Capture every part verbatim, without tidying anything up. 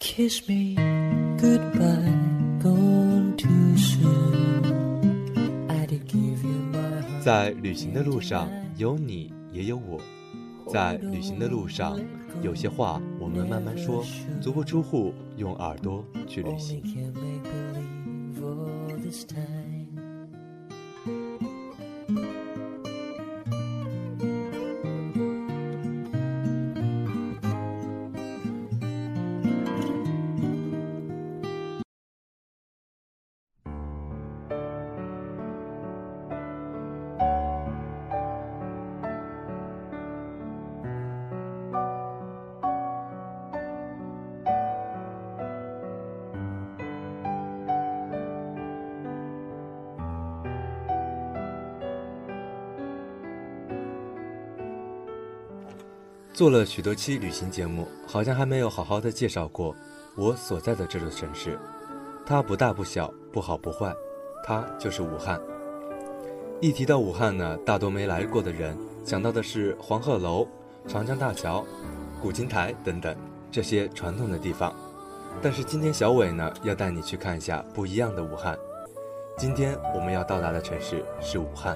Kiss me goodbye, gone too soon. I did give you my heart. 在旅行的路上，有你也有我。在旅行的路上，有些话我们慢慢说，足不出户，用耳朵去旅行。做了许多期旅行节目，好像还没有好好的介绍过我所在的这座城市。它不大不小，不好不坏，它就是武汉。一提到武汉呢，大多没来过的人想到的是黄鹤楼、长江大桥、古琴台等等这些传统的地方。但是今天小伟呢，要带你去看一下不一样的武汉。今天我们要到达的城市是武汉。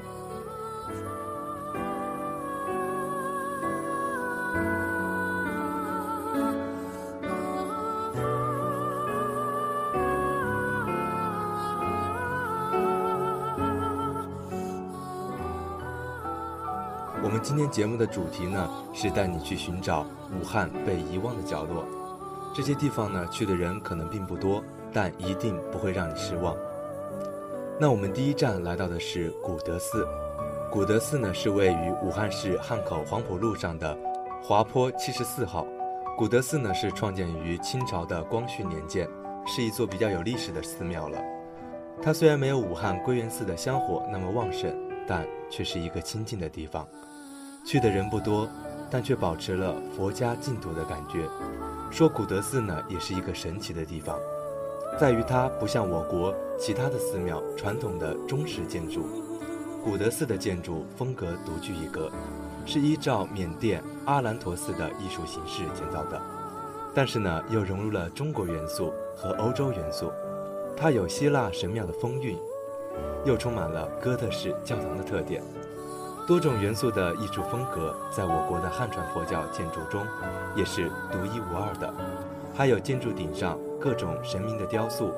我们今天节目的主题呢，是带你去寻找武汉被遗忘的角落。这些地方呢，去的人可能并不多，但一定不会让你失望。那我们第一站来到的是古德寺。古德寺呢，是位于武汉市汉口黄埔路上的华坡七十四号。古德寺呢，是创建于清朝的光绪年间，是一座比较有历史的寺庙了。它虽然没有武汉归元寺的香火那么旺盛，但却是一个清静的地方。去的人不多，但却保持了佛家净土的感觉。说古德寺呢，也是一个神奇的地方，在于它不像我国其他的寺庙传统的中式建筑，古德寺的建筑风格独具一格，是依照缅甸阿兰陀寺的艺术形式建造的，但是呢，又融入了中国元素和欧洲元素。它有希腊神庙的风韵，又充满了哥特式教堂的特点。多种元素的艺术风格在我国的汉传佛教建筑中也是独一无二的，还有建筑顶上各种神明的雕塑。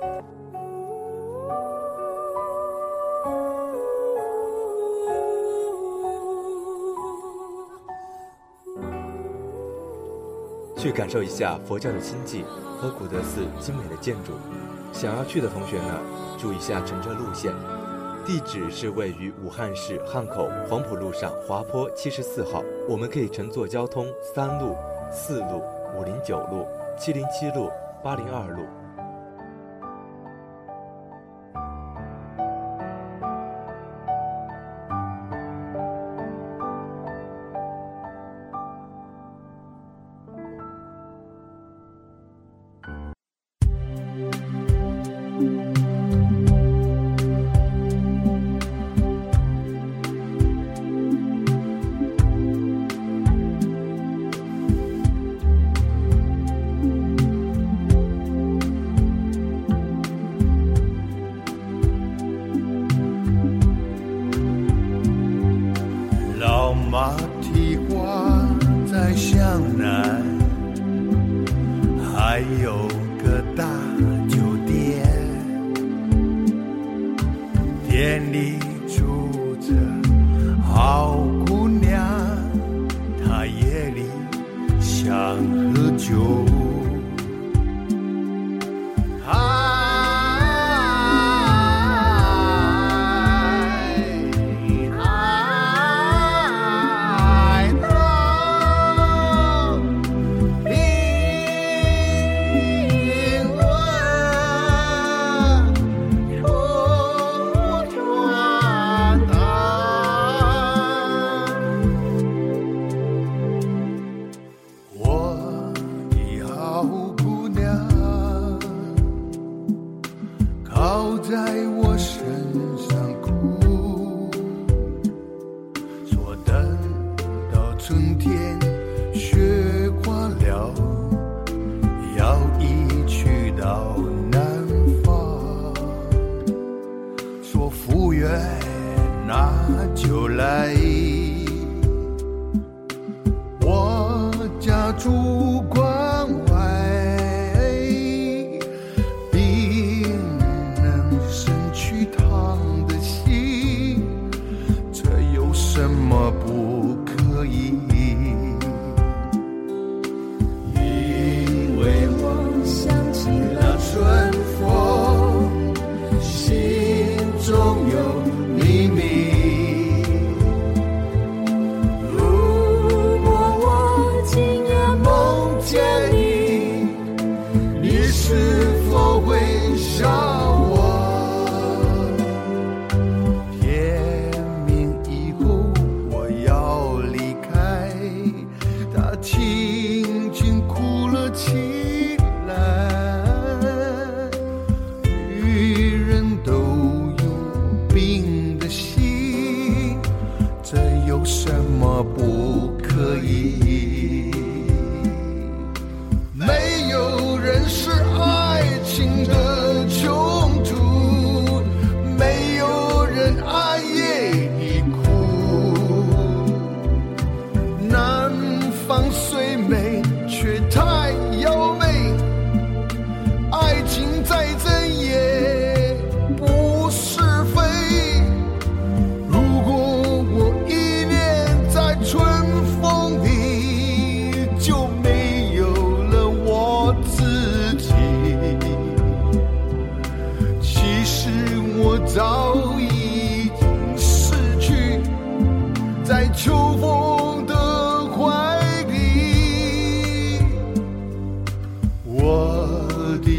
去感受一下佛教的清寂和古德寺精美的建筑。想要去的同学呢，注意一下乘车路线。地址是位于武汉市汉口黄埔路上华坡七十四号，我们可以乘坐交通三路、四路、五零九路、七零七路、八零二路。 马蹄挂在向南，还有个大酒店，店里住着好姑娘，她夜里想喝酒。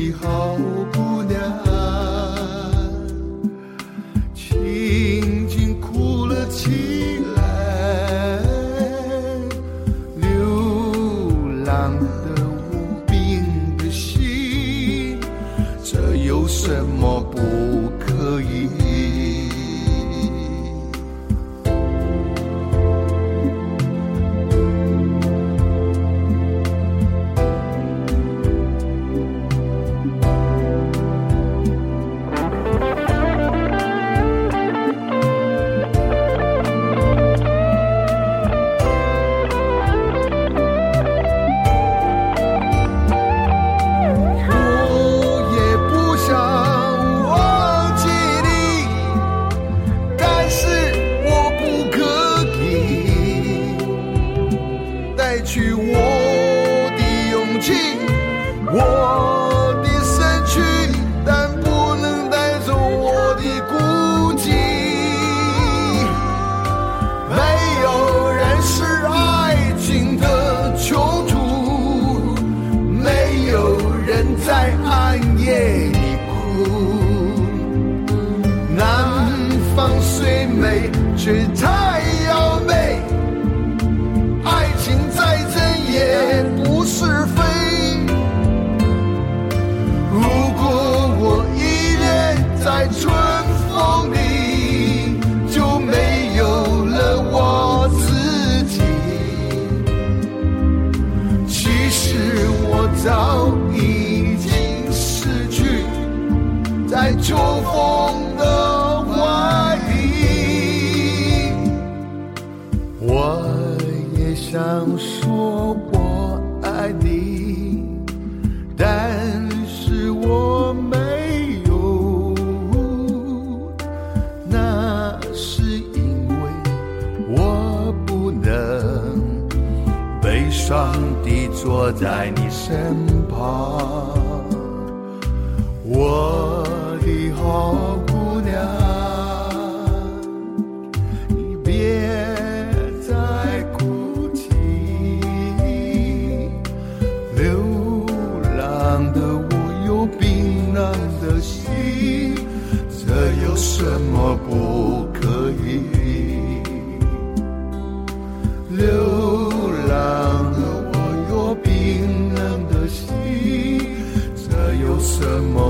的好姑娘，轻轻哭了起来。流浪的无病的心，这有什么不可以？去我的勇气，我的身躯，但不能带走我的孤寂。没有人是爱情的囚徒，没有人在暗夜里哭。南方虽美，却太妖媚。也不是非，如果我依恋在春风里，就没有了我自己。其实我早已经失去在秋风的怀里。我也想说我爱你，但是我没有，那是因为我不能悲伤地坐在你身旁。我的好姑娘，你别再哭泣，流浪的我有冰冷的心，这有什么不可以？流浪的我有冰冷的心，这有什么